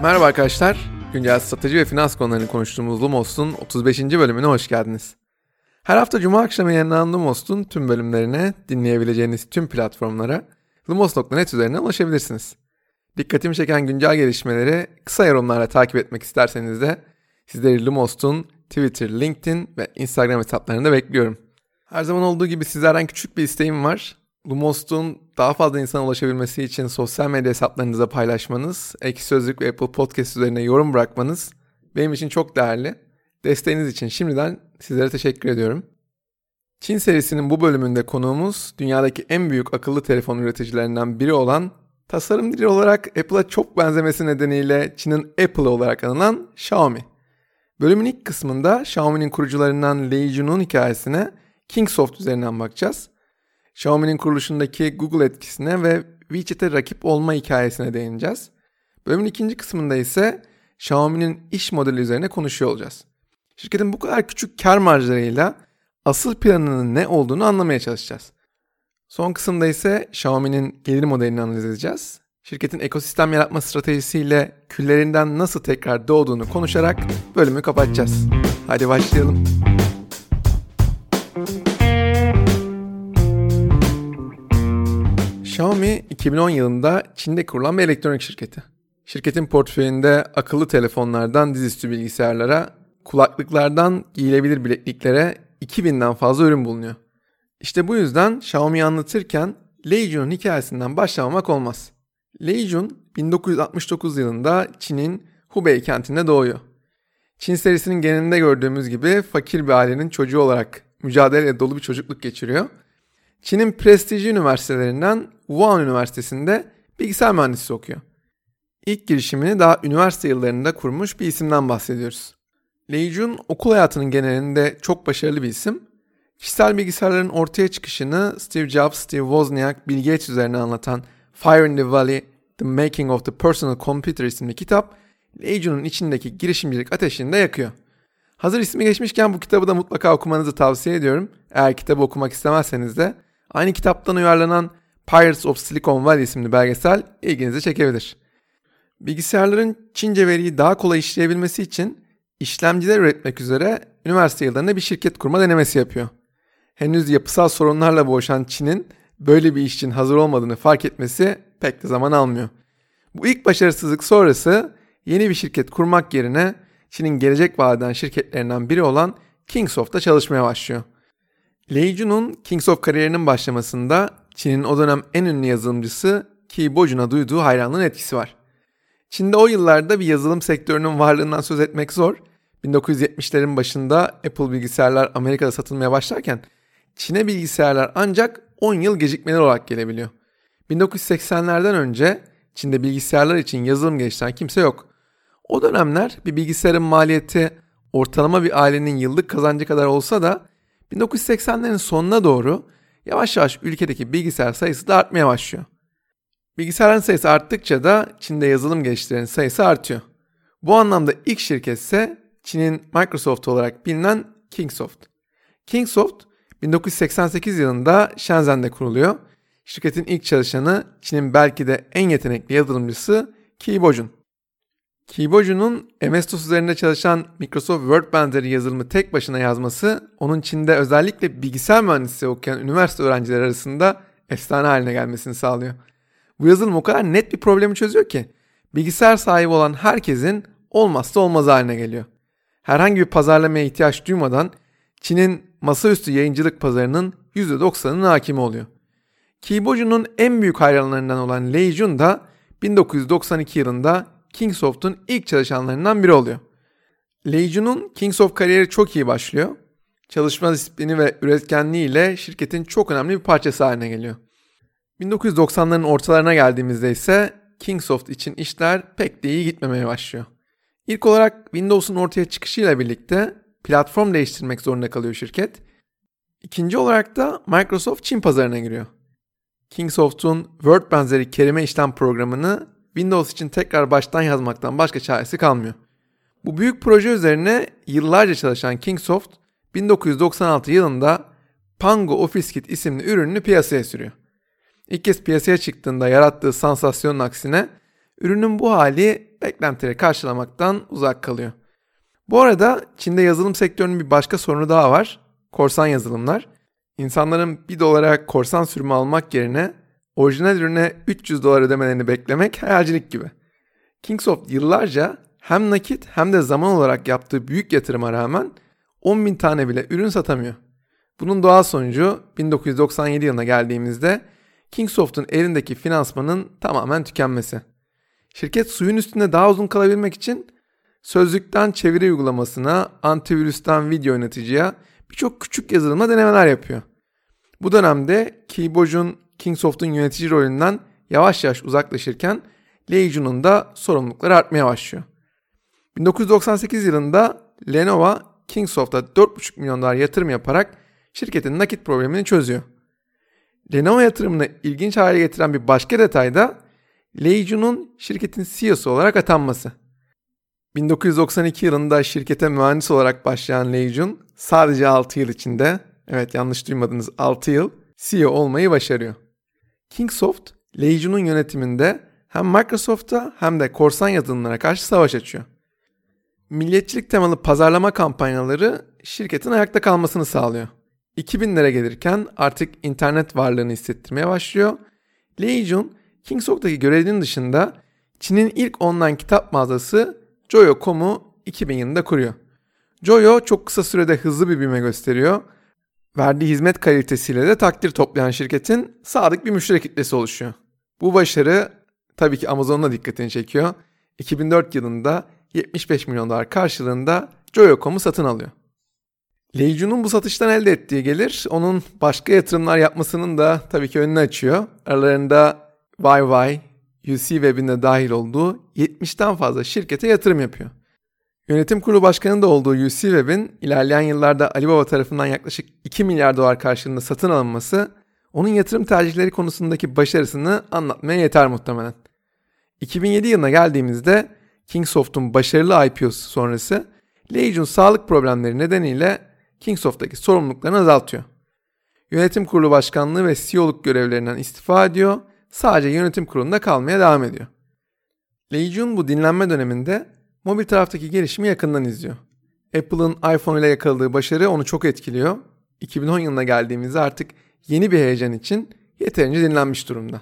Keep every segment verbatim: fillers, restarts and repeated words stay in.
Merhaba arkadaşlar, güncel strateji ve finans konularını konuştuğumuz Lumos'un otuz beşinci bölümüne hoş geldiniz. Her hafta Cuma akşamı yayınlanan Lumos'un tüm bölümlerine, dinleyebileceğiniz tüm platformlara lumos nokta net üzerinden ulaşabilirsiniz. Dikkatimi çeken güncel gelişmeleri kısa yorumlarla takip etmek isterseniz de sizleri Lumos'un Twitter, LinkedIn ve Instagram hesaplarında bekliyorum. Her zaman olduğu gibi sizlerden küçük bir isteğim var. Lumos'un daha fazla insana ulaşabilmesi için sosyal medya hesaplarınıza paylaşmanız, Ekşi Sözlük ve Apple Podcast üzerine yorum bırakmanız benim için çok değerli. Desteğiniz için şimdiden sizlere teşekkür ediyorum. Çin serisinin bu bölümünde konuğumuz dünyadaki en büyük akıllı telefon üreticilerinden biri olan, tasarım dili olarak Apple'a çok benzemesi nedeniyle Çin'in Apple olarak anılan Xiaomi. Bölümün ilk kısmında Xiaomi'nin kurucularından Lei Jun'un hikayesine Kingsoft üzerinden bakacağız. Xiaomi'nin kuruluşundaki Google etkisine ve WeChat'e rakip olma hikayesine değineceğiz. Bölümün ikinci kısmında ise Xiaomi'nin iş modeli üzerine konuşuyor olacağız. Şirketin bu kadar küçük kar marjlarıyla asıl planının ne olduğunu anlamaya çalışacağız. Son kısımda ise Xiaomi'nin gelir modelini analiz edeceğiz. Şirketin ekosistem yaratma stratejisiyle küllerinden nasıl tekrar doğduğunu konuşarak bölümü kapatacağız. Hadi başlayalım. Xiaomi iki bin on yılında Çin'de kurulan bir elektronik şirketi. Şirketin portföyünde akıllı telefonlardan dizüstü bilgisayarlara, kulaklıklardan giyilebilir bilekliklere iki binden fazla ürün bulunuyor. İşte bu yüzden Xiaomi'yi anlatırken Lei Jun'un hikayesinden başlamamak olmaz. Lei Jun bin dokuz yüz altmış dokuz yılında Çin'in Hubei kentinde doğuyor. Çin serisinin genelinde gördüğümüz gibi fakir bir ailenin çocuğu olarak mücadeleyle dolu bir çocukluk geçiriyor. Çin'in prestijli üniversitelerinden Wuhan Üniversitesi'nde bilgisayar mühendisliği okuyor. İlk girişimini daha üniversite yıllarında kurmuş bir isimden bahsediyoruz. Lei Jun okul hayatının genelinde çok başarılı bir isim. Kişisel bilgisayarların ortaya çıkışını Steve Jobs, Steve Wozniak, Bill Gates üzerine anlatan Fire in the Valley, The Making of the Personal Computer isimli kitap, Lei Jun'un içindeki girişimcilik ateşini de yakıyor. Hazır ismi geçmişken bu kitabı da mutlaka okumanızı tavsiye ediyorum. Eğer kitabı okumak istemezseniz de aynı kitaptan uyarlanan Pirates of Silicon Valley isimli belgesel ilginizi çekebilir. Bilgisayarların Çince veriyi daha kolay işleyebilmesi için işlemciler üretmek üzere üniversite yıllarında bir şirket kurma denemesi yapıyor. Henüz yapısal sorunlarla boğuşan Çin'in böyle bir iş için hazır olmadığını fark etmesi pek de zaman almıyor. Bu ilk başarısızlık sonrası yeni bir şirket kurmak yerine Çin'in gelecek vadeden şirketlerinden biri olan Kingsoft'ta çalışmaya başlıyor. Lei Jun'un Kingsoft kariyerinin başlamasında Çin'in o dönem en ünlü yazılımcısı Qi Bojun'a duyduğu hayranlığın etkisi var. Çin'de o yıllarda bir yazılım sektörünün varlığından söz etmek zor. bin dokuz yüz yetmişlerin başında Apple bilgisayarlar Amerika'da satılmaya başlarken Çin'e bilgisayarlar ancak on yıl gecikmeli olarak gelebiliyor. bin dokuz yüz seksenlerden önce Çin'de bilgisayarlar için yazılım geliştiren kimse yok. O dönemler bir bilgisayarın maliyeti ortalama bir ailenin yıllık kazancı kadar olsa da bin dokuz yüz seksenlerin sonuna doğru yavaş yavaş ülkedeki bilgisayar sayısı da artmaya başlıyor. Bilgisayarların sayısı arttıkça da Çin'de yazılım geliştirenin sayısı artıyor. Bu anlamda ilk şirket ise Çin'in Microsoft olarak bilinen Kingsoft. Kingsoft bin dokuz yüz seksen sekiz yılında Shenzhen'de kuruluyor. Şirketin ilk çalışanı Çin'in belki de en yetenekli yazılımcısı Qi Bojun. Qi Bojun'un M S-DOS üzerinde çalışan Microsoft Word benzeri yazılımı tek başına yazması onun Çin'de özellikle bilgisayar mühendisliği okuyan üniversite öğrencileri arasında efsane haline gelmesini sağlıyor. Bu yazılım o kadar net bir problemi çözüyor ki bilgisayar sahibi olan herkesin olmazsa olmazı haline geliyor. Herhangi bir pazarlamaya ihtiyaç duymadan Çin'in masaüstü yayıncılık pazarının yüzde doksanının hakimi oluyor. Qi Bojun'un en büyük hayranlarından olan Lei Jun da bin dokuz yüz doksan iki yılında Kingsoft'un ilk çalışanlarından biri oluyor. Lei Jun'un Kingsoft kariyeri çok iyi başlıyor. Çalışma disiplini ve üretkenliği ile şirketin çok önemli bir parçası haline geliyor. bin dokuz yüz doksanların ortalarına geldiğimizde ise Kingsoft için işler pek de iyi gitmemeye başlıyor. İlk olarak Windows'un ortaya çıkışıyla birlikte platform değiştirmek zorunda kalıyor şirket. İkinci olarak da Microsoft Çin pazarına giriyor. Kingsoft'un Word benzeri kelime işlem programını Windows için tekrar baştan yazmaktan başka çaresi kalmıyor. Bu büyük proje üzerine yıllarca çalışan Kingsoft, bin dokuz yüz doksan altı yılında Pango Office Kit isimli ürününü piyasaya sürüyor. İlk kez piyasaya çıktığında yarattığı sansasyonun aksine Ürünün bu hali beklentileri karşılamaktan uzak kalıyor. Bu arada Çin'de yazılım sektörünün bir başka sorunu daha var. Korsan yazılımlar. İnsanların bir dolara korsan sürümü almak yerine orijinal ürüne üç yüz dolar ödemelerini beklemek hayalcilik gibi. Kingsoft yıllarca hem nakit hem de zaman olarak yaptığı büyük yatırıma rağmen on bin tane bile ürün satamıyor. Bunun doğal sonucu bin dokuz yüz doksan yedi yılına geldiğimizde Kingsoft'un elindeki finansmanın tamamen tükenmesi. Şirket suyun üstünde daha uzun kalabilmek için sözlükten çeviri uygulamasına, antivirüsten video yöneticiye birçok küçük yazılımla denemeler yapıyor. Bu dönemde Keyboj'un Kingsoft'un yönetici rolünden yavaş yavaş uzaklaşırken Lei Jun'un da sorumlulukları artmaya başlıyor. bin dokuz yüz doksan sekiz yılında Lenovo Kingsoft'a dört buçuk milyon dolar yatırım yaparak şirketin nakit problemini çözüyor. Lenovo yatırımını ilginç hale getiren bir başka detay da Lei Jun'un şirketin C E O'su olarak atanması. bin dokuz yüz doksan iki yılında şirkete mühendis olarak başlayan Lei Jun sadece altı yıl içinde, evet yanlış duymadınız altı yıl, C E O olmayı başarıyor. Kingsoft, Lei Jun'un yönetiminde hem Microsoft'a hem de korsan yazılımlara karşı savaş açıyor. Milliyetçilik temalı pazarlama kampanyaları şirketin ayakta kalmasını sağlıyor. iki binlere gelirken artık internet varlığını hissettirmeye başlıyor. Lei Jun, Kingsoft'taki görevinin dışında Çin'in ilk online kitap mağazası Joyo nokta com'u iki bin yılında kuruyor. Joyo çok kısa sürede hızlı bir büyüme gösteriyor. Verdiği hizmet kalitesiyle de takdir toplayan şirketin sadık bir müşteri kitlesi oluşuyor. Bu başarı tabii ki Amazon'un da dikkatini çekiyor. iki bin dört yılında yetmiş beş milyon dolar karşılığında Joyo nokta com'u satın alıyor. Lei Jun'un bu satıştan elde ettiği gelir onun başka yatırımlar yapmasının da tabii ki önünü açıyor. Aralarında Huawei, U C Web'in de dahil olduğu yetmişten fazla şirkete yatırım yapıyor. Yönetim kurulu başkanı da olduğu U C Web'in ilerleyen yıllarda Alibaba tarafından yaklaşık iki milyar dolar karşılığında satın alınması onun yatırım tercihleri konusundaki başarısını anlatmaya yeter muhtemelen. iki bin yedi yılına geldiğimizde Kingsoft'un başarılı I P O'su sonrası Lei Jun sağlık problemleri nedeniyle Kingsoft'taki sorumluluklarını azaltıyor. Yönetim kurulu başkanlığı ve C E O'luk görevlerinden istifa ediyor, sadece yönetim kurulunda kalmaya devam ediyor. Lei Jun bu dinlenme döneminde mobil taraftaki gelişimi yakından izliyor. Apple'ın iPhone ile yakaladığı başarı onu çok etkiliyor. iki bin on yılına geldiğimizde artık yeni bir heyecan için yeterince dinlenmiş durumda.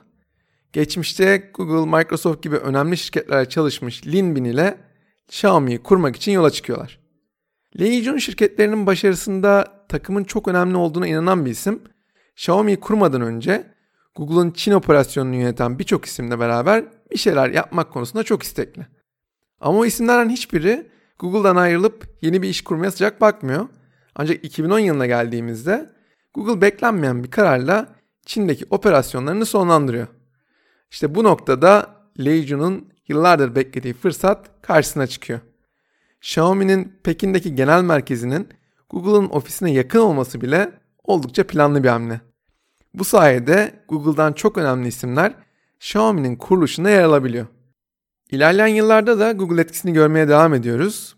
Geçmişte Google, Microsoft gibi önemli şirketlerle çalışmış Lin Bin ile Xiaomi'yi kurmak için yola çıkıyorlar. Lei Jun şirketlerinin başarısında takımın çok önemli olduğuna inanan bir isim. Xiaomi'yi kurmadan önce Google'ın Çin operasyonunu yöneten birçok isimle beraber bir şeyler yapmak konusunda çok istekli. Ama o isimlerden hiçbiri Google'dan ayrılıp yeni bir iş kurmaya sıcak bakmıyor. Ancak iki bin on yılına geldiğimizde Google beklenmeyen bir kararla Çin'deki operasyonlarını sonlandırıyor. İşte bu noktada Lei Jun'un yıllardır beklediği fırsat karşısına çıkıyor. Xiaomi'nin Pekin'deki genel merkezinin Google'ın ofisine yakın olması bile oldukça planlı bir hamle. Bu sayede Google'dan çok önemli isimler Xiaomi'nin kuruluşunda yer alabiliyor. İlerleyen yıllarda da Google etkisini görmeye devam ediyoruz.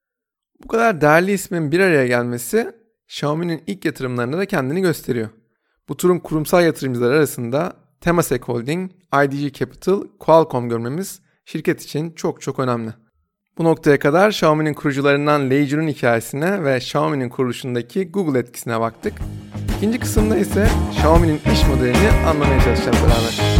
Bu kadar değerli ismin bir araya gelmesi Xiaomi'nin ilk yatırımlarında da kendini gösteriyor. Bu turun kurumsal yatırımcılar arasında Temasek Holding, I D G Capital, Qualcomm görmemiz şirket için çok çok önemli. Bu noktaya kadar Xiaomi'nin kurucularından Lei Jun'un hikayesine ve Xiaomi'nin kuruluşundaki Google etkisine baktık. İkinci kısımda ise Xiaomi'nin iş modelini anlamaya çalışacağız beraber.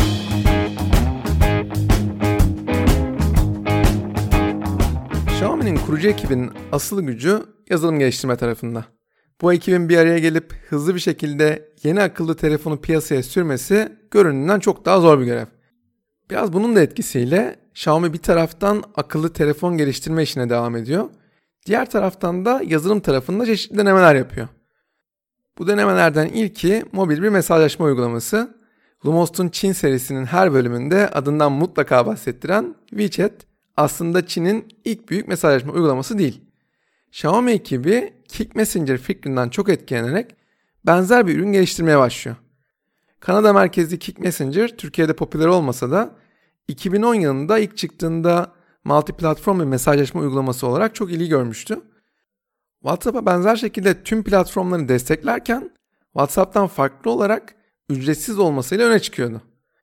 Xiaomi'nin kurucu ekibinin asıl gücü yazılım geliştirme tarafında. Bu ekibin bir araya gelip hızlı bir şekilde yeni akıllı telefonu piyasaya sürmesi göründüğünden çok daha zor bir görev. Biraz bunun da etkisiyle Xiaomi bir taraftan akıllı telefon geliştirme işine devam ediyor. Diğer taraftan da yazılım tarafında çeşitli denemeler yapıyor. Bu denemelerden ilki mobil bir mesajlaşma uygulaması. Lumos'un Çin serisinin her bölümünde adından mutlaka bahsettiren WeChat aslında Çin'in ilk büyük mesajlaşma uygulaması değil. Xiaomi ekibi Kik Messenger fikrinden çok etkilenerek benzer bir ürün geliştirmeye başlıyor. Kanada merkezli Kik Messenger Türkiye'de popüler olmasa da iki bin on yılında ilk çıktığında multi-platform bir mesajlaşma uygulaması olarak çok ilgi görmüştü. WhatsApp'a benzer şekilde tüm platformları desteklerken WhatsApp'tan farklı olarak ücretsiz olmasıyla öne çıkıyordu.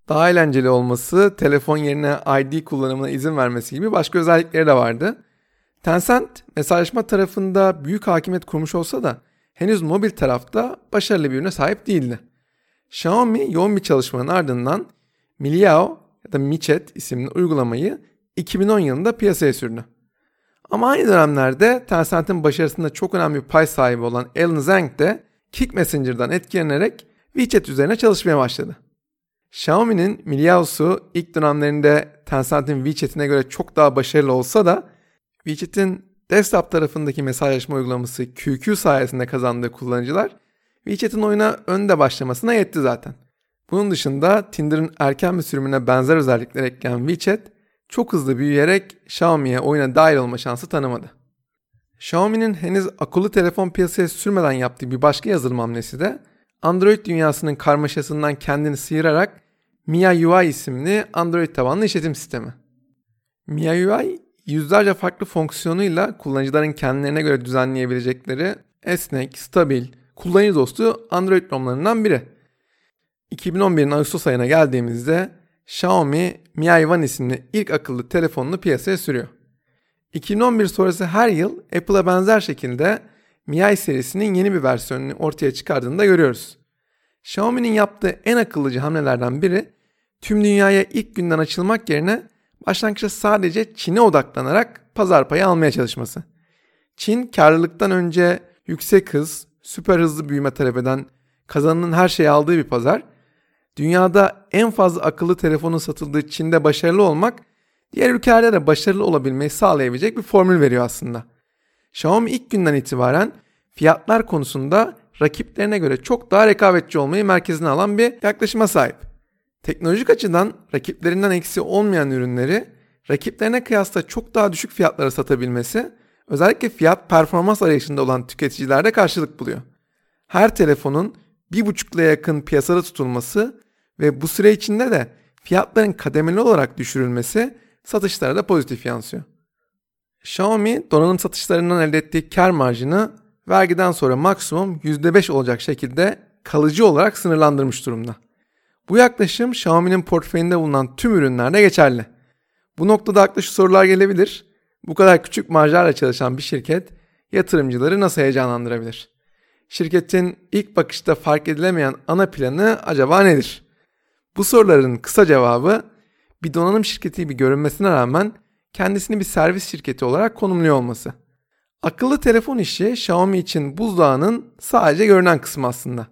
Daha eğlenceli olması, telefon yerine I D kullanımına izin vermesi gibi başka özellikleri de vardı. Tencent mesajlaşma tarafında büyük hakimiyet kurmuş olsa da henüz mobil tarafta başarılı bir ürüne sahip değildi. Xiaomi yoğun bir çalışmanın ardından Miliao ya da MiChat isimli uygulamayı iki bin on yılında piyasaya sürdü. Ama aynı dönemlerde Tencent'in başarısında çok önemli bir pay sahibi olan Alan Zhang de Kik Messenger'dan etkilenerek WeChat üzerine çalışmaya başladı. Xiaomi'nin Miliao'su ilk dönemlerinde Tencent'in WeChat'ine göre çok daha başarılı olsa da WeChat'in desktop tarafındaki mesajlaşma uygulaması Q Q sayesinde kazandığı kullanıcılar WeChat'in oyuna önde başlamasına yetti zaten. Bunun dışında Tinder'ın erken bir sürümüne benzer özellikler ekleyen WeChat çok hızlı büyüyerek Xiaomi'ye oyuna dahil olma şansı tanımadı. Xiaomi'nin henüz akıllı telefon piyasaya sürmeden yaptığı bir başka yazılım hamlesi de Android dünyasının karmaşasından kendini sıyırarak M I U I isimli Android tabanlı işletim sistemi. M I U I yüzlerce farklı fonksiyonuyla kullanıcıların kendilerine göre düzenleyebilecekleri esnek, stabil, kullanıcı dostu Android ROM'larından biri. iki bin on birin Ağustos ayına geldiğimizde Xiaomi Mi I One isimli ilk akıllı telefonunu piyasaya sürüyor. iki bin on bir sonrası her yıl Apple'a benzer şekilde Mi I serisinin yeni bir versiyonunu ortaya çıkardığını da görüyoruz. Xiaomi'nin yaptığı en akıllıcı hamlelerden biri tüm dünyaya ilk günden açılmak yerine başlangıçta sadece Çin'e odaklanarak pazar payı almaya çalışması. Çin karlılıktan önce yüksek hız, süper hızlı büyüme talep eden, kazanının her şeyi aldığı bir pazar. Dünyada en fazla akıllı telefonun satıldığı Çin'de başarılı olmak, diğer ülkelerde de başarılı olabilmeyi sağlayabilecek bir formül veriyor aslında. Xiaomi ilk günden itibaren fiyatlar konusunda rakiplerine göre çok daha rekabetçi olmayı merkezine alan bir yaklaşıma sahip. Teknolojik açıdan rakiplerinden eksi olmayan ürünleri rakiplerine kıyasla çok daha düşük fiyatlara satabilmesi, özellikle fiyat performans arayışında olan tüketicilerde karşılık buluyor. Her telefonun bir buçuk liraya yakın piyasada tutulması ve bu süre içinde de fiyatların kademeli olarak düşürülmesi satışlara da pozitif yansıyor. Xiaomi donanım satışlarından elde ettiği kar marjını vergiden sonra maksimum yüzde beş olacak şekilde kalıcı olarak sınırlandırmış durumda. Bu yaklaşım Xiaomi'nin portföyünde bulunan tüm ürünlerde geçerli. Bu noktada akla şu sorular gelebilir. Bu kadar küçük marjlarla çalışan bir şirket yatırımcıları nasıl heyecanlandırabilir? Şirketin ilk bakışta fark edilemeyen ana planı acaba nedir? Bu soruların kısa cevabı bir donanım şirketi gibi görünmesine rağmen kendisini bir servis şirketi olarak konumluyor olması. Akıllı telefon işi Xiaomi için buzdağının sadece görünen kısmı aslında.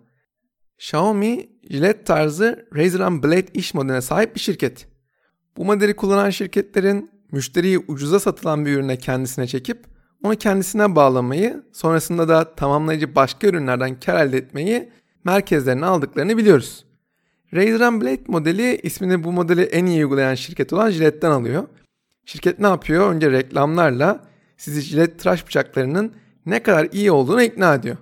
Xiaomi, jilet tarzı Razr Blade iş modeline sahip bir şirket. Bu modeli kullanan şirketlerin müşteriyi ucuza satılan bir ürüne kendisine çekip onu kendisine bağlamayı, sonrasında da tamamlayıcı başka ürünlerden kar elde etmeyi merkezlerine aldıklarını biliyoruz. Razr Blade modeli ismini bu modeli en iyi uygulayan şirket olan Gillette'den alıyor. Şirket ne yapıyor? Önce reklamlarla sizi Gillette tıraş bıçaklarının ne kadar iyi olduğunu ikna ediyor.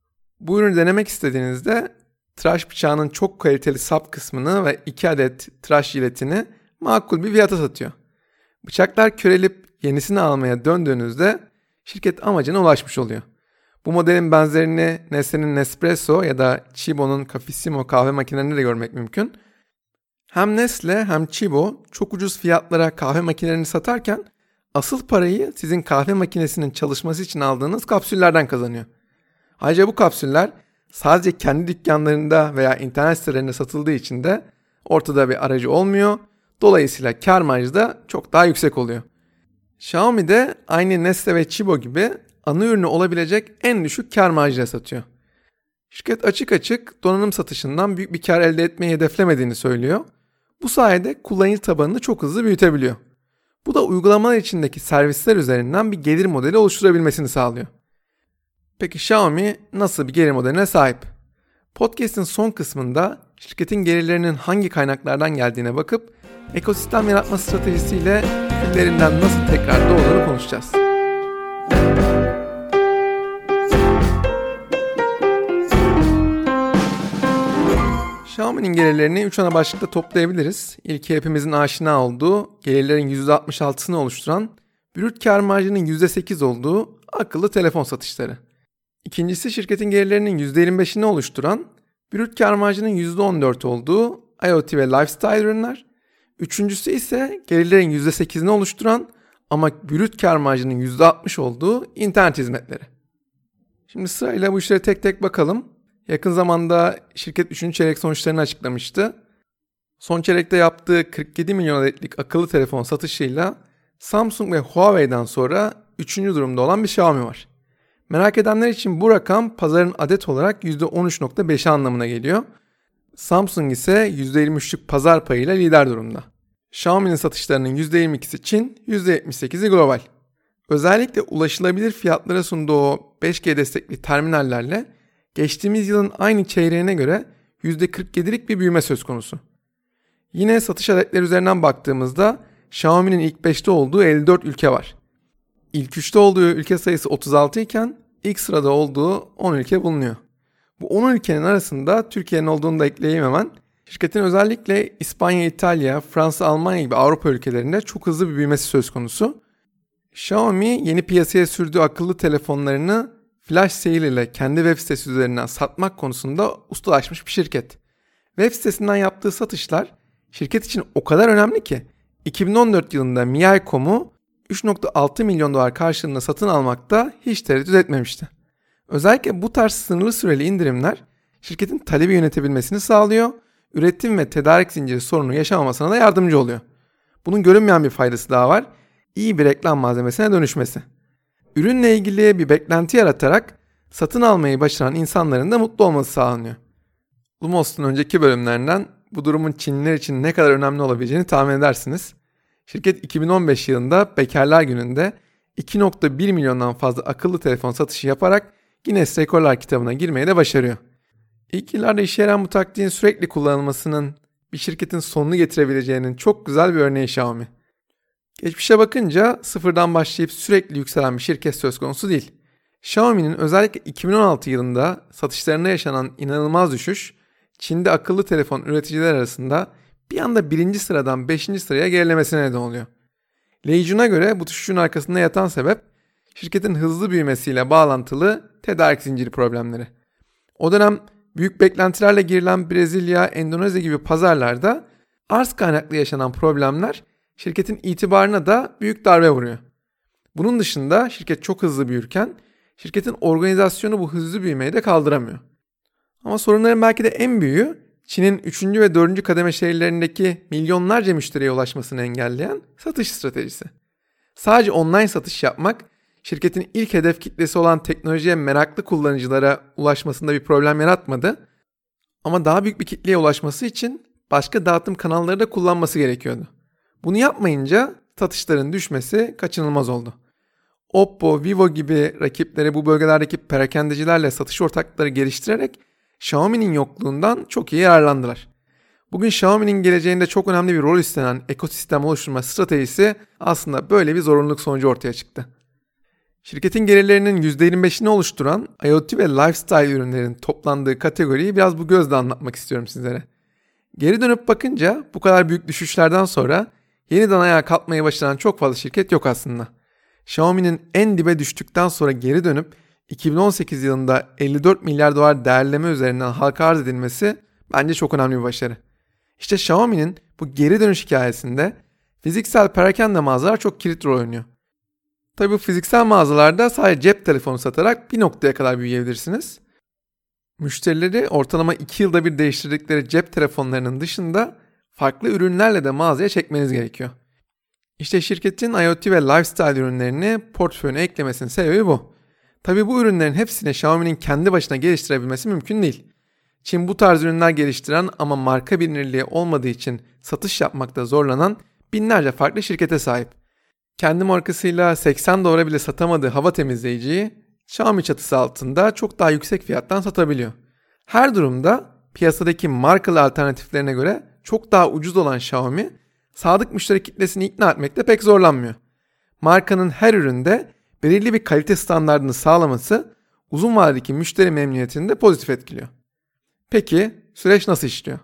Bu ürünü denemek istediğinizde tıraş bıçağının çok kaliteli sap kısmını ve iki adet tıraş jiletini makul bir fiyata satıyor. Bıçaklar körelip yenisini almaya döndüğünüzde şirket amacına ulaşmış oluyor. Bu modelin benzerini Nestle'nin Nespresso ya da Chibo'nun Cafissimo kahve makinelerinde de görmek mümkün. Hem Nestle hem Chibo çok ucuz fiyatlara kahve makinelerini satarken asıl parayı sizin kahve makinesinin çalışması için aldığınız kapsüllerden kazanıyor. Ayrıca bu kapsüller sadece kendi dükkanlarında veya internet sitelerinde satıldığı için de ortada bir aracı olmuyor. Dolayısıyla kar marjı da çok daha yüksek oluyor. Xiaomi de aynı Nestle ve Chibo gibi ana ürünü olabilecek en düşük kar marjıyla satıyor. Şirket açık açık donanım satışından büyük bir kar elde etmeyi hedeflemediğini söylüyor. Bu sayede kullanıcı tabanını çok hızlı büyütebiliyor. Bu da uygulamalar içindeki servisler üzerinden bir gelir modeli oluşturabilmesini sağlıyor. Peki Xiaomi nasıl bir gelir modeline sahip? Podcast'in son kısmında şirketin gelirlerinin hangi kaynaklardan geldiğine bakıp ekosistem yaratma stratejisiyle küllerinden nasıl tekrar doğduğunu konuşacağız. Xiaomi'nin gelirlerini üç ana başlıkta toplayabiliriz. İlki hepimizin aşina olduğu, gelirlerin yüzde altmış altısını oluşturan, brüt kar marjının yüzde sekiz olduğu akıllı telefon satışları. İkincisi şirketin gelirlerinin yüzde yirmi beşini oluşturan, brüt kar marjının yüzde on dört olduğu IoT ve lifestyle ürünler. Üçüncüsü ise gelirlerin yüzde sekizini oluşturan ama brüt kâr marjının yüzde altmış olduğu internet hizmetleri. Şimdi sırayla bu işlere tek tek bakalım. Yakın zamanda şirket üçüncü çeyrek sonuçlarını açıklamıştı. Son çeyrekte yaptığı kırk yedi milyon adetlik akıllı telefon satışıyla Samsung ve Huawei'den sonra üçüncü durumda olan bir Xiaomi var. Merak edenler için bu rakam pazarın adet olarak yüzde on üç virgül beşi anlamına geliyor. Samsung ise yüzde yirmi üçlük pazar payıyla lider durumda. Xiaomi'nin satışlarının yüzde yirmi ikisi Çin, yüzde yetmiş sekizi global. Özellikle ulaşılabilir fiyatlara sunduğu o beş G destekli terminallerle geçtiğimiz yılın aynı çeyreğine göre yüzde kırk yedilik bir büyüme söz konusu. Yine satış adetleri üzerinden baktığımızda Xiaomi'nin ilk beşte olduğu elli dört ülke var. İlk üçte olduğu ülke sayısı otuz altı iken ilk sırada olduğu on ülke bulunuyor. Bu on ülkenin arasında Türkiye'nin olduğunu da ekleyeyim hemen. Şirketin özellikle İspanya, İtalya, Fransa, Almanya gibi Avrupa ülkelerinde çok hızlı bir büyümesi söz konusu. Xiaomi yeni piyasaya sürdüğü akıllı telefonlarını flash sale ile kendi web sitesi üzerinden satmak konusunda ustalaşmış bir şirket. Web sitesinden yaptığı satışlar şirket için o kadar önemli ki iki bin on dört yılında Mi Ai nokta com'u üç virgül altı milyon dolar karşılığında satın almakta hiç tereddüt etmemişti. Özellikle bu tarz sınırlı süreli indirimler şirketin talebi yönetebilmesini sağlıyor, üretim ve tedarik zinciri sorunu yaşamamasına da yardımcı oluyor. Bunun görünmeyen bir faydası daha var, iyi bir reklam malzemesine dönüşmesi. Ürünle ilgili bir beklenti yaratarak satın almayı başaran insanların da mutlu olması sağlanıyor. Lumos'un önceki bölümlerinden bu durumun Çinliler için ne kadar önemli olabileceğini tahmin edersiniz. Şirket iki bin on beş yılında Bekarlar Günü'nde iki virgül bir milyondan fazla akıllı telefon satışı yaparak Guinness Rekorlar kitabına girmeyi de başarıyor. İlk yıllarda işe yarayan bu taktiğin sürekli kullanılmasının bir şirketin sonunu getirebileceğinin çok güzel bir örneği Xiaomi. Geçmişe bakınca sıfırdan başlayıp sürekli yükselen bir şirket söz konusu değil. Xiaomi'nin özellikle iki bin on altı yılında satışlarında yaşanan inanılmaz düşüş, Çin'de akıllı telefon üreticiler arasında bir anda birinci sıradan beşinci sıraya gerilemesine neden oluyor. Leijun'a göre bu düşüşün arkasında yatan sebep şirketin hızlı büyümesiyle bağlantılı tedarik zinciri problemleri. O dönem büyük beklentilerle girilen Brezilya, Endonezya gibi pazarlarda arz kaynaklı yaşanan problemler şirketin itibarına da büyük darbe vuruyor. Bunun dışında şirket çok hızlı büyürken şirketin organizasyonu bu hızlı büyümeyi de kaldıramıyor. Ama sorunların belki de en büyüğü Çin'in üçüncü ve dördüncü kademe şehirlerindeki milyonlarca müşteriye ulaşmasını engelleyen satış stratejisi. Sadece online satış yapmak şirketin ilk hedef kitlesi olan teknolojiye meraklı kullanıcılara ulaşmasında bir problem yaratmadı. Ama daha büyük bir kitleye ulaşması için başka dağıtım kanalları da kullanması gerekiyordu. Bunu yapmayınca satışların düşmesi kaçınılmaz oldu. Oppo, Vivo gibi rakipleri bu bölgelerdeki perakendecilerle satış ortaklıkları geliştirerek Xiaomi'nin yokluğundan çok iyi yararlandılar. Bugün Xiaomi'nin geleceğinde çok önemli bir rol üstlenen ekosistem oluşturma stratejisi aslında böyle bir zorunluluk sonucu ortaya çıktı. Şirketin gelirlerinin yüzde yirmi beşini oluşturan IoT ve lifestyle ürünlerin toplandığı kategoriyi biraz bu gözle anlatmak istiyorum sizlere. Geri dönüp bakınca bu kadar büyük düşüşlerden sonra yeniden ayağa kalkmayı başaran çok fazla şirket yok aslında. Xiaomi'nin en dibe düştükten sonra geri dönüp iki bin on sekiz yılında elli dört milyar dolar değerleme üzerinden halka arz edilmesi bence çok önemli bir başarı. İşte Xiaomi'nin bu geri dönüş hikayesinde fiziksel perakende mağazalar çok kilit rol oynuyor. Tabii bu fiziksel mağazalarda sadece cep telefonu satarak bir noktaya kadar büyüyebilirsiniz. Müşterileri ortalama iki yılda bir değiştirdikleri cep telefonlarının dışında farklı ürünlerle de mağazaya çekmeniz gerekiyor. İşte şirketin IoT ve lifestyle ürünlerini portföyüne eklemesinin sebebi bu. Tabii bu ürünlerin hepsini Xiaomi'nin kendi başına geliştirebilmesi mümkün değil. Çin bu tarz ürünler geliştiren ama marka bilinirliği olmadığı için satış yapmakta zorlanan binlerce farklı şirkete sahip. Kendi markasıyla seksen dolara bile satamadığı hava temizleyiciyi Xiaomi çatısı altında çok daha yüksek fiyattan satabiliyor. Her durumda piyasadaki markalı alternatiflerine göre çok daha ucuz olan Xiaomi, sadık müşteri kitlesini ikna etmekte pek zorlanmıyor. Markanın her üründe belirli bir kalite standardını sağlaması uzun vadedeki müşteri memnuniyetini de pozitif etkiliyor. Peki süreç nasıl işliyor?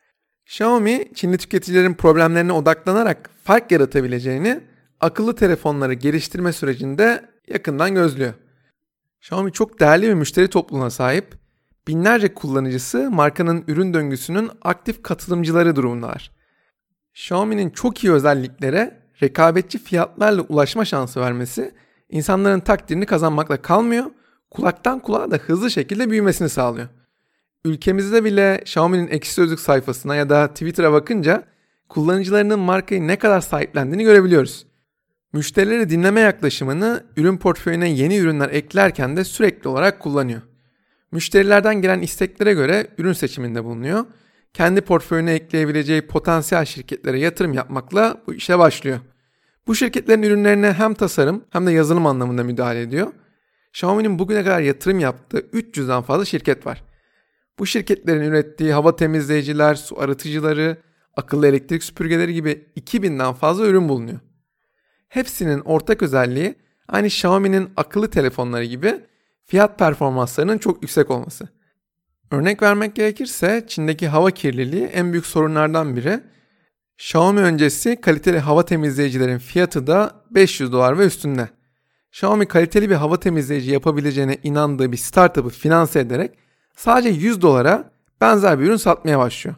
Xiaomi, Çinli tüketicilerin problemlerine odaklanarak fark yaratabileceğini akıllı telefonları geliştirme sürecinde yakından gözlüyor. Xiaomi çok değerli bir müşteri topluluğuna sahip. binlerce kullanıcısı markanın ürün döngüsünün aktif katılımcıları durumundalar. Xiaomi'nin çok iyi özelliklere rekabetçi fiyatlarla ulaşma şansı vermesi insanların takdirini kazanmakla kalmıyor, kulaktan kulağa da hızlı şekilde büyümesini sağlıyor. Ülkemizde bile Xiaomi'nin Ekşi Sözlük sayfasına ya da Twitter'a bakınca kullanıcılarının markayı ne kadar sahiplendiğini görebiliyoruz. Müşterileri dinleme yaklaşımını ürün portföyüne yeni ürünler eklerken de sürekli olarak kullanıyor. Müşterilerden gelen isteklere göre ürün seçiminde bulunuyor. Kendi portföyüne ekleyebileceği potansiyel şirketlere yatırım yapmakla bu işe başlıyor. Bu şirketlerin ürünlerine hem tasarım hem de yazılım anlamında müdahale ediyor. Xiaomi'nin bugüne kadar yatırım yaptığı üç yüzden fazla şirket var. Bu şirketlerin ürettiği hava temizleyiciler, su arıtıcıları, akıllı elektrik süpürgeleri gibi iki binden fazla ürün bulunuyor. Hepsinin ortak özelliği aynı Xiaomi'nin akıllı telefonları gibi fiyat performanslarının çok yüksek olması. Örnek vermek gerekirse Çin'deki hava kirliliği en büyük sorunlardan biri. Xiaomi öncesi kaliteli hava temizleyicilerin fiyatı da beş yüz dolar ve üstünde. Xiaomi kaliteli bir hava temizleyici yapabileceğine inandığı bir startup'ı finanse ederek sadece yüz dolara benzer bir ürün satmaya başlıyor.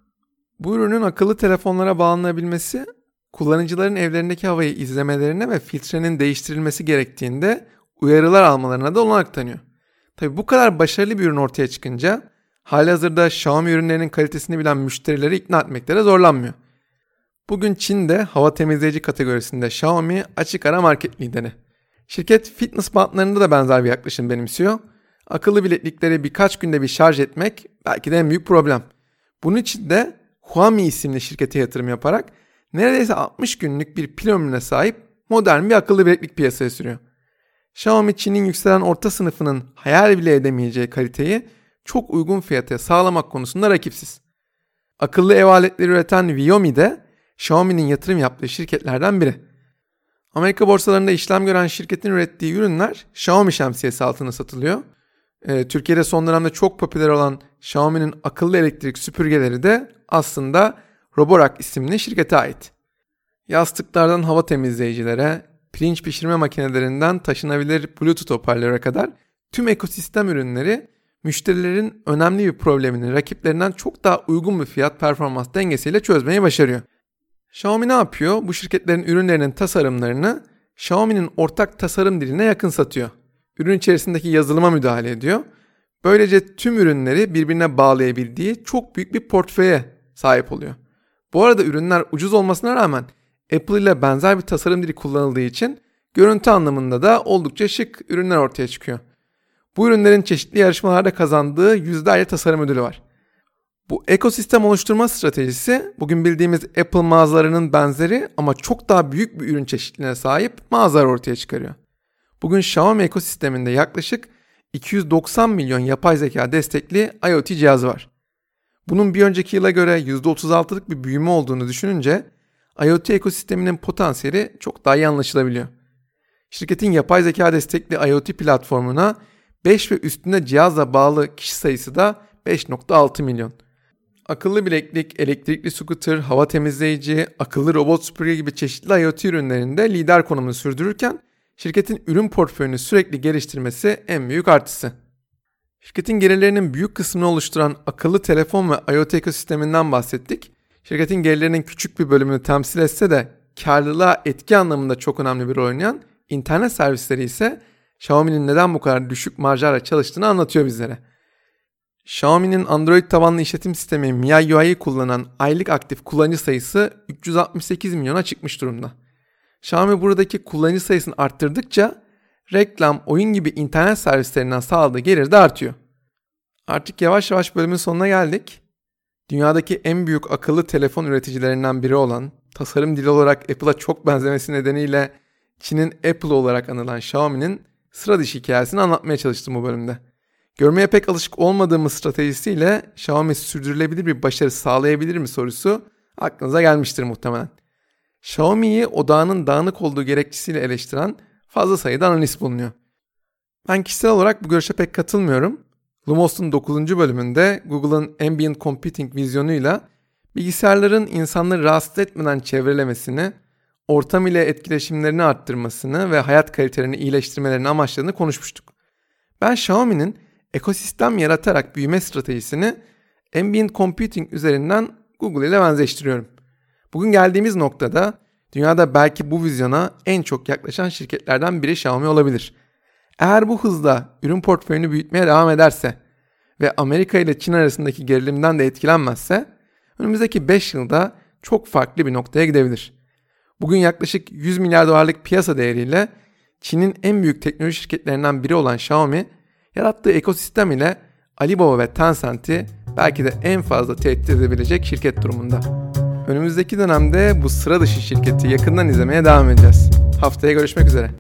Bu ürünün akıllı telefonlara bağlanabilmesi, kullanıcıların evlerindeki havayı izlemelerine ve filtrenin değiştirilmesi gerektiğinde uyarılar almalarına da olanak tanıyor. Tabii bu kadar başarılı bir ürün ortaya çıkınca halihazırda Xiaomi ürünlerinin kalitesini bilen müşterileri ikna etmekte de zorlanmıyor. Bugün Çin'de hava temizleyici kategorisinde Xiaomi açık ara market lideri. Şirket fitness bantlarında da benzer bir yaklaşım benimsiyor. Akıllı bileklikleri birkaç günde bir şarj etmek belki de en büyük problem. Bunun için de Huami isimli şirkete yatırım yaparak neredeyse altmış günlük bir pil ömrüne sahip modern bir akıllı bileklik piyasaya sürüyor. Xiaomi Çin'in yükselen orta sınıfının hayal bile edemeyeceği kaliteyi çok uygun fiyata sağlamak konusunda rakipsiz. Akıllı ev aletleri üreten Viomi de Xiaomi'nin yatırım yaptığı şirketlerden biri. Amerika borsalarında işlem gören şirketin ürettiği ürünler Xiaomi şemsiyesi altında satılıyor. Ee, Türkiye'de son dönemde çok popüler olan Xiaomi'nin akıllı elektrik süpürgeleri de aslında Roborock isimli şirkete ait. Yastıklardan hava temizleyicilere, pirinç pişirme makinelerinden taşınabilir Bluetooth hoparlöre kadar tüm ekosistem ürünleri müşterilerin önemli bir problemini rakiplerinden çok daha uygun bir fiyat performans dengesiyle çözmeyi başarıyor. Xiaomi ne yapıyor? Bu şirketlerin ürünlerinin tasarımlarını Xiaomi'nin ortak tasarım diline yakın satıyor. Ürün içerisindeki yazılıma müdahale ediyor. Böylece tüm ürünleri birbirine bağlayabildiği çok büyük bir portföye sahip oluyor. Bu arada ürünler ucuz olmasına rağmen Apple ile benzer bir tasarım dili kullanıldığı için görüntü anlamında da oldukça şık ürünler ortaya çıkıyor. Bu ürünlerin çeşitli yarışmalarda kazandığı yüzlerce tasarım ödülü var. Bu ekosistem oluşturma stratejisi bugün bildiğimiz Apple mağazalarının benzeri ama çok daha büyük bir ürün çeşitliliğine sahip mağazalar ortaya çıkarıyor. Bugün Xiaomi ekosisteminde yaklaşık iki yüz doksan milyon yapay zeka destekli IoT cihazı var. Bunun bir önceki yıla göre yüzde otuz altılık bir büyüme olduğunu düşününce IoT ekosisteminin potansiyeli çok daha iyi anlaşılabiliyor. Şirketin yapay zeka destekli IoT platformuna beş ve üstünde cihazla bağlı kişi sayısı da beş virgül altı milyon. Akıllı bileklik, elektrikli scooter, hava temizleyici, akıllı robot süpürge gibi çeşitli IoT ürünlerinde lider konumunu sürdürürken şirketin ürün portföyünü sürekli geliştirmesi en büyük artısı. Şirketin gelirlerinin büyük kısmını oluşturan akıllı telefon ve IoT ekosisteminden bahsettik. Şirketin gelirlerinin küçük bir bölümünü temsil etse de karlılığa etki anlamında çok önemli bir rol oynayan internet servisleri ise Xiaomi'nin neden bu kadar düşük marjlarla çalıştığını anlatıyor bizlere. Xiaomi'nin Android tabanlı işletim sistemi M I U I'yi kullanan aylık aktif kullanıcı sayısı üç yüz altmış sekiz milyona çıkmış durumda. Xiaomi buradaki kullanıcı sayısını arttırdıkça reklam, oyun gibi internet servislerinden sağladığı gelir de artıyor. Artık yavaş yavaş bölümün sonuna geldik. Dünyadaki en büyük akıllı telefon üreticilerinden biri olan, tasarım dili olarak Apple'a çok benzemesi nedeniyle Çin'in Apple olarak anılan Xiaomi'nin sıra dışı hikayesini anlatmaya çalıştım bu bölümde. Görmeye pek alışık olmadığımız stratejisiyle Xiaomi sürdürülebilir bir başarı sağlayabilir mi sorusu aklınıza gelmiştir muhtemelen. Xiaomi'yi odağının dağınık olduğu gerekçesiyle eleştiren fazla sayıda analist bulunuyor. Ben kişisel olarak bu görüşe pek katılmıyorum. Lumos'un dokuzuncu bölümünde Google'ın Ambient Computing vizyonuyla bilgisayarların insanları rahatsız etmeden çevrelemesini, ortam ile etkileşimlerini arttırmasını ve hayat kalitelerini iyileştirmelerini amaçladığını konuşmuştuk. Ben Xiaomi'nin ekosistem yaratarak büyüme stratejisini ambient computing üzerinden Google ile benzeştiriyorum. Bugün geldiğimiz noktada dünyada belki bu vizyona en çok yaklaşan şirketlerden biri Xiaomi olabilir. Eğer bu hızla ürün portföyünü büyütmeye devam ederse ve Amerika ile Çin arasındaki gerilimden de etkilenmezse önümüzdeki beş yılda çok farklı bir noktaya gidebilir. Bugün yaklaşık yüz milyar dolarlık piyasa değeriyle Çin'in en büyük teknoloji şirketlerinden biri olan Xiaomi, yarattığı ekosistem ile Alibaba ve Tencent'i belki de en fazla tehdit edebilecek şirket durumunda. Önümüzdeki dönemde bu sıra dışı şirketi yakından izlemeye devam edeceğiz. Haftaya görüşmek üzere.